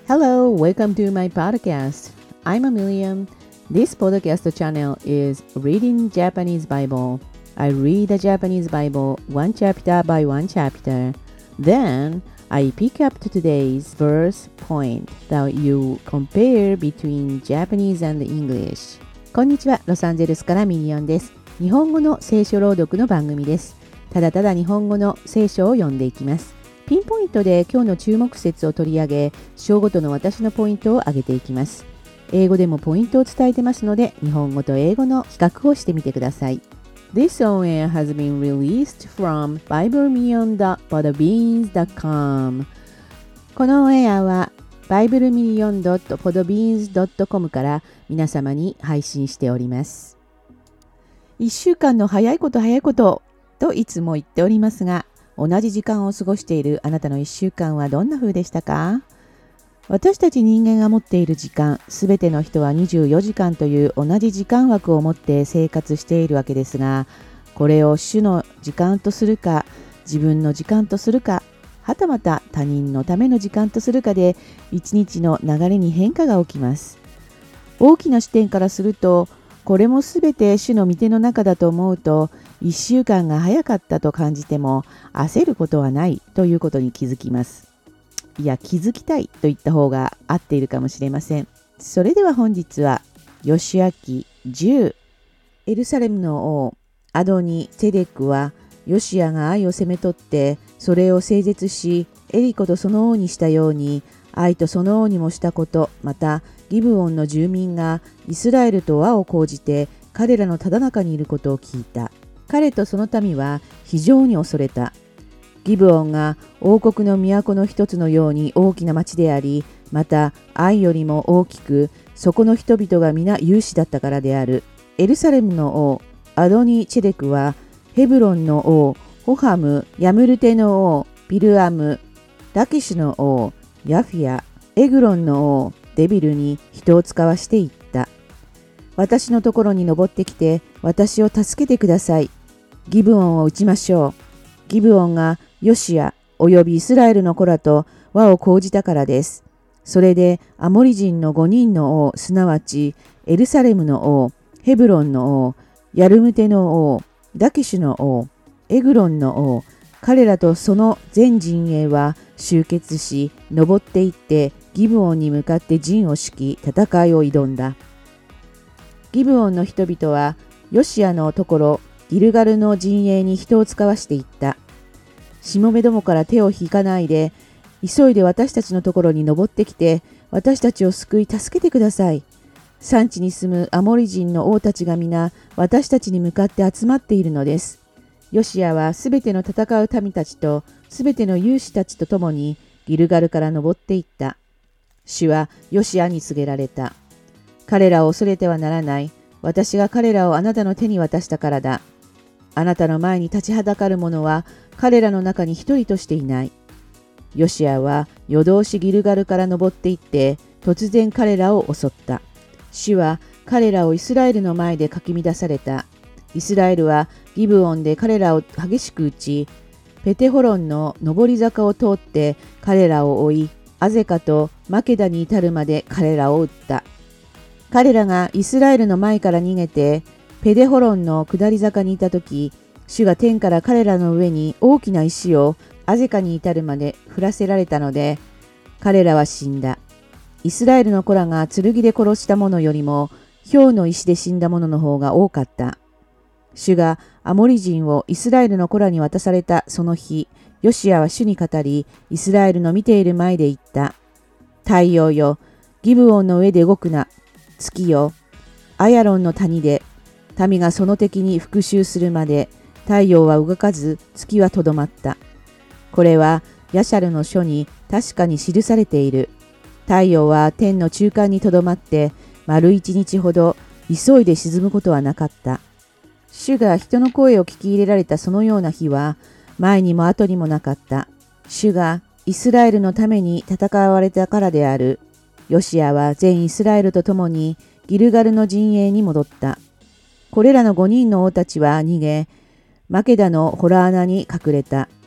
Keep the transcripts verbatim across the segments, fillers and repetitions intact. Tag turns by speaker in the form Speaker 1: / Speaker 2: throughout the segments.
Speaker 1: Hello, welcome to my podcast. I'm Amelia. This podcast channel is Reading Japanese Bible. I read the Japanese Bible one chapter by one chapter. Then I pick up today's verse point that you compare between Japanese and English. こんにちは、ロサンゼルスからミリオンです。日本語の聖書朗読の番組です。ただただ日本語の聖書を読んでいきます。ピンポイントで今日の注目説を取り上げ、章ごとの私のポイントを挙げていきます。英語でもポイントを伝えてますので、日本語と英語の比較をしてみてください。This on-air has been released fromバイブルミリオンドットポドビーンズドットコム このオンエアは バイブルミリオンドットポドビーンズドットコム から皆様に配信しております。いっしゅうかんの早いこと早いことといつも言っておりますが、同じ時間を過ごしているあなたのいっしゅうかんはどんな風でしたか？私たち人間が持っている時間、すべての人はにじゅうよじかんという同じ時間枠を持って生活しているわけですが、これを主の時間とするか、自分の時間とするか、はたまた他人のための時間とするかで、一日の流れに変化が起きます。大きな視点からすると、これもすべて主の御手の中だと思うと、いっしゅうかんが早かったと感じても焦ることはないということに気づきます。いや、気づきたいと言った方が合っているかもしれません。それでは本日は、ヨシア記じゅう。エルサレムの王、アドニ・セデックは、ヨシアが愛を攻め取って、それを整絶し、エリコとその王にしたように、愛とその王にもしたこと、また、ギブオンの住民がイスラエルと和を講じて、彼らのただ中にいることを聞いた。彼とその民は非常に恐れた。ギブオンが王国の都の一つのように大きな町であり、また愛よりも大きく、そこの人々が皆勇士だったからである。エルサレムの王、アドニ・チェデクは、ヘブロンの王、ホハム、ヤムルテの王、ピルアム、ラキシュの王、ヤフィア、エグロンの王、デビルに人を使わしていった。私のところに登ってきて、私を助けてください。ギブオンを撃ちましょう。ギブオンがヨシアおよびイスラエルの子らと和を講じたからです。それでアモリ人のごにんの王、すなわちエルサレムの王、ヘブロンの王、ヤルムテの王、ダキシュの王、エグロンの王、彼らとその全陣営は集結し、登っていってギブオンに向かって陣を敷き、戦いを挑んだ。ギブオンの人々はヨシアのところ、ギルガルの陣営に人を使わしていった。しもべどもから手を引かないで、急いで私たちのところに登ってきて、私たちを救い助けてください。産地に住むアモリ人の王たちが皆、私たちに向かって集まっているのです。ヨシアはすべての戦う民たちと、すべての勇士たちと共に、ギルガルから登っていった。主はヨシアに告げられた。彼らを恐れてはならない。私が彼らをあなたの手に渡したからだ。あなたの前に立ちはだかる者は彼らの中に一人としていない。ヨシアは夜通しギルガルから登っていって突然彼らを襲った。主は彼らをイスラエルの前でかき乱された。イスラエルはギブオンで彼らを激しく打ち、ペテホロンの上り坂を通って彼らを追い、アゼカとマケダに至るまで彼らを撃った。彼らがイスラエルの前から逃げて、ペデホロンの下り坂にいたとき、主が天から彼らの上に大きな石をアゼカに至るまで降らせられたので、彼らは死んだ。イスラエルの子らが剣で殺した者よりも、雹の石で死んだ者の方が多かった。主がアモリ人をイスラエルの子らに渡されたその日、ヨシアは主に語り、イスラエルの見ている前で言った。太陽よ、ギブオンの上で動くな。月よ、アヤロンの谷で、民がその敵に復讐するまで、太陽は動かず、月はとどまった。これは、ヤシャルの書に確かに記されている。太陽は天の中間にとどまって、丸一日ほど急いで沈むことはなかった。主が人の声を聞き入れられたそのような日は、前にも後にもなかった。主がイスラエルのために戦われたからである。ヨシアは全イスラエルと共にギルガルの陣営に戻った。これらの五人の王たちは逃げ、マケダのホラ穴に隠れた。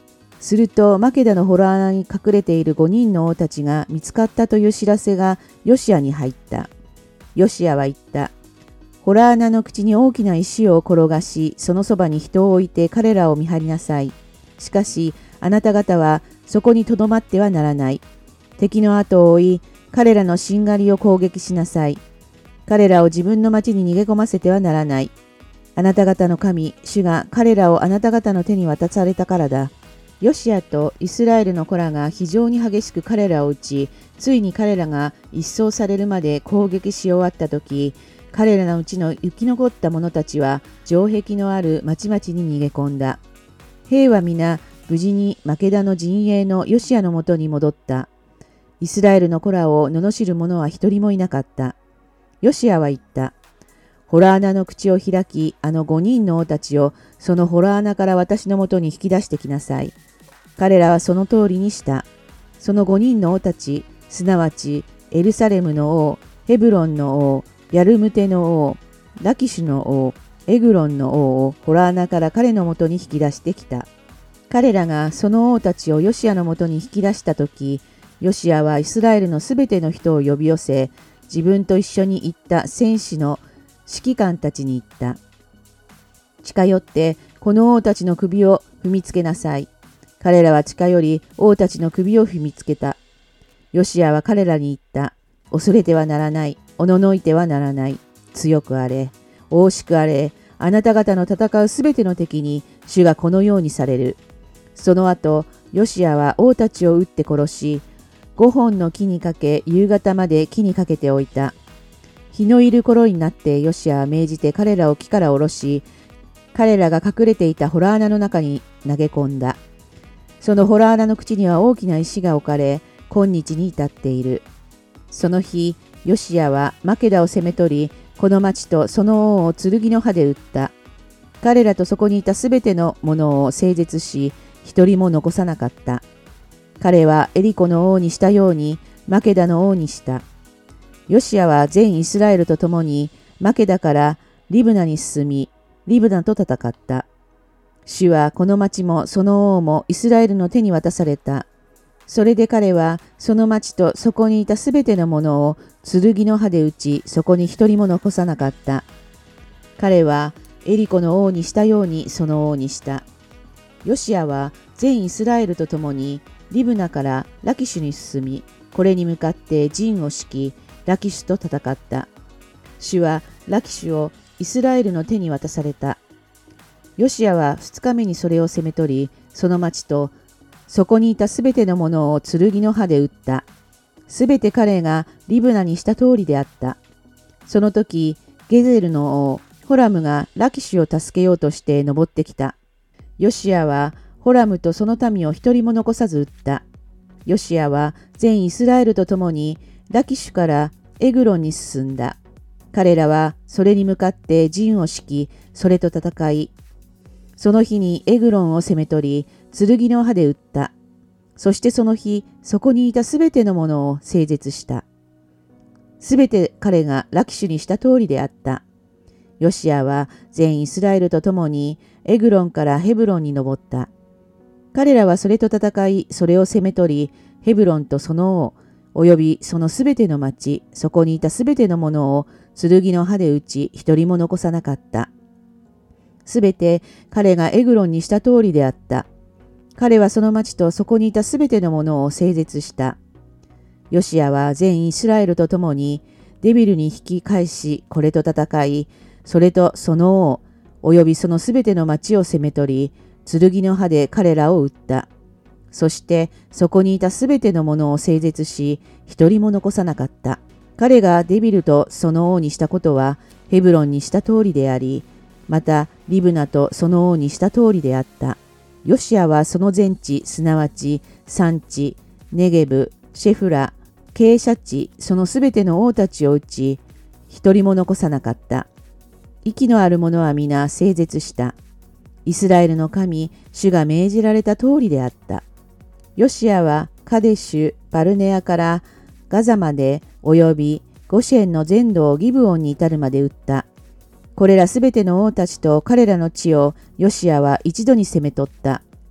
Speaker 1: するとマケダの洞穴に隠れているごにんの王たちが見つかったという知らせがヨシアに入った。ヨシアは言った。洞穴の口に大きな石を転がし、そのそばに人を置いて彼らを見張りなさい。しかしあなた方はそこにとどまってはならない。敵の後を追い、彼らのしんがりを攻撃しなさい。彼らを自分の町に逃げ込ませてはならない。あなた方の神、主が彼らをあなた方の手に渡されたからだ。ヨシアとイスラエルの子らが非常に激しく彼らを撃ち、ついに彼らが一掃されるまで攻撃し終わったとき、彼らのうちの生き残った者たちは城壁のある町々に逃げ込んだ。兵は皆無事にマケダの陣営のヨシアのもとに戻った。イスラエルの子らを罵る者は一人もいなかった。ヨシアは言った。洞穴の口を開き、あの五人の王たちをその洞穴から私のもとに引き出してきなさい。彼らはその通りにした。その五人の王たち、すなわちエルサレムの王、ヘブロンの王、ヤルムテの王、ラキシュの王、エグロンの王を洞穴から彼のもとに引き出してきた。彼らがその王たちをヨシアのもとに引き出したとき、ヨシアはイスラエルのすべての人を呼び寄せ、自分と一緒に行った戦士の指揮官たちに言った。近寄ってこの王たちの首を踏みつけなさい。彼らは近寄り王たちの首を踏みつけた。ヨシアは彼らに言った。恐れてはならない。おののいてはならない。強くあれ。大しくあれ。あなた方の戦うすべての敵に主がこのようにされる。その後、ヨシアは王たちを撃って殺し、ごほんの木にかけ夕方まで木にかけておいた。日のいる頃になってヨシアは命じて彼らを木から下ろし、彼らが隠れていた洞穴の中に投げ込んだ。その洞穴の口には大きな石が置かれ、今日に至っている。その日、ヨシアはマケダを攻め取り、この町とその王を剣の刃で撃った。彼らとそこにいたすべてのものを整絶し、一人も残さなかった。彼はエリコの王にしたように、マケダの王にした。ヨシアは全イスラエルと共に、マケダからリブナに進み、リブナと戦った。主はこの町もその王もイスラエルの手に渡された。それで彼はその町とそこにいたすべてのものを剣の刃で撃ち、そこに一人も残さなかった。彼はエリコの王にしたようにその王にした。ヨシアは全イスラエルと共にリブナからラキシュに進み、これに向かって陣を敷き、ラキシュと戦った。主はラキシュをイスラエルの手に渡された。ヨシアは二日目にそれを攻め取り、その町とそこにいたすべてのものを剣の刃で撃った。すべて彼がリブナにした通りであった。その時、ゲゼルの王、ホラムがラキシュを助けようとして登ってきた。ヨシアはホラムとその民を一人も残さず撃った。ヨシアは全イスラエルと共にラキシュからエグロンに進んだ。彼らはそれに向かって陣を敷き、それと戦い、その日にエグロンを攻め取り、剣の刃で撃った。そしてその日、そこにいたすべてのものを整絶した。すべて彼がラキシュにした通りであった。ヨシアは全イスラエルと共にエグロンからヘブロンに登った。彼らはそれと戦い、それを攻め取り、ヘブロンとその王、およびそのすべての町、そこにいたすべてのものを剣の刃で撃ち、一人も残さなかった。すべて彼がエグロンにした通りであった。彼はその町とそこにいたすべてのものを整絶した。ヨシアは全イスラエルと共にデビルに引き返し、これと戦い、それとその王、およびそのすべての町を攻め取り、剣の刃で彼らを撃った。そしてそこにいたすべてのものを整絶し、一人も残さなかった。彼がデビルとその王にしたことはヘブロンにした通りであり、またリブナとその王にした通りであった。ヨシアはその全地、すなわち山地、ネゲブ、シェフラ、傾斜地、そのすべての王たちを討ち、一人も残さなかった。息のある者は皆整絶した。イスラエルの神、主が命じられた通りであった。ヨシアはカデシュ、バルネアからガザまでおよびゴシェンの全土をギブオンに至るまで撃った。これらすべての王たちと彼らの地をヨシアは一度に攻め取った。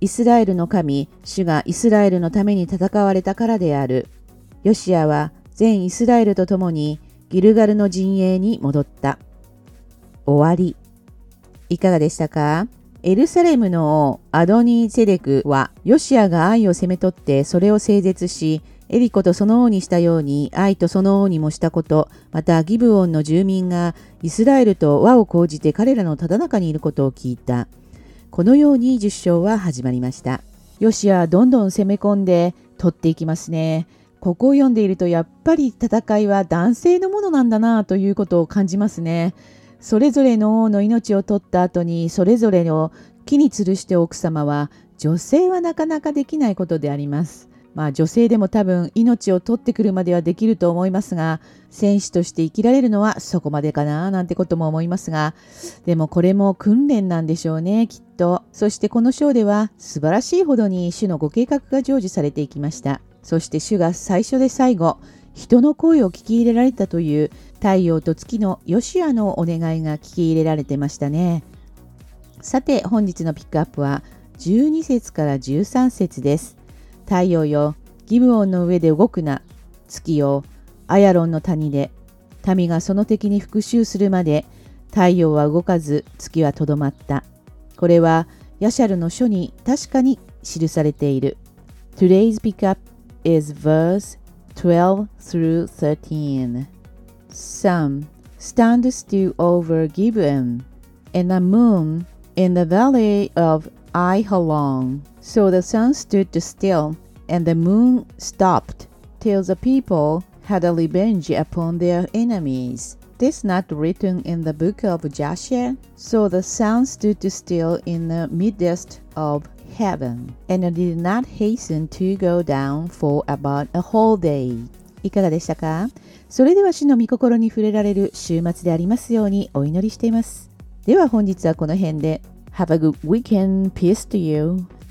Speaker 1: イスラエルの神、主がイスラエルのために戦われたからである。ヨシアは全イスラエルと共にギルガルの陣営に戻った。終わり。いかがでしたか？エルサレムの王アドニーツェデクはヨシアがアイを攻め取ってそれを整絶し、エリコとその王にしたようにアイとその王にもしたこと、またギブオンの住民がイスラエルと和を講じて彼らのただ中にいることを聞いた。このようにじゅっ章は始まりました。ヨシアはどんどん攻め込んで取っていきますね。ここを読んでいるとやっぱり戦いは男性のものなんだなということを感じますね。それぞれの王の命を取った後にそれぞれを木に吊るして奥様は女性はなかなかできないことであります。まあ女性でも多分命を取ってくるまではできると思いますが、戦士として生きられるのはそこまでかななんてことも思いますが、でもこれも訓練なんでしょうね、きっと。そしてこの章では素晴らしいほどに主のご計画が成就されていきました。そして主が最初で最後、人の声を聞き入れられたという太陽と月のヨシアのお願いが聞き入れられてましたね。さて本日のピックアップはじゅうに節からじゅうさん節です。太陽よ、ギブオンの上で動くな。月よ、アヤロンの谷で。民がその敵に復讐するまで、太陽は動かず、月はとどまった。これは、ヤシャルの書に確かに記されている。Today's pickup is verse twelve through thirteen. Sun, stand still over Gibeon, and the moon in the valley of Ajalon. So the sun stood still, and the moon stopped, till the people had a revenge upon their enemies. This not written in the book of Joshua? So the sun stood still in the midst of heaven, and did not hasten to go down for about a whole day. いかがでしたか？それでは主の御心に触れられる週末でありますようにお祈りしています。では本日はこの辺で。Have a good weekend. Peace to you.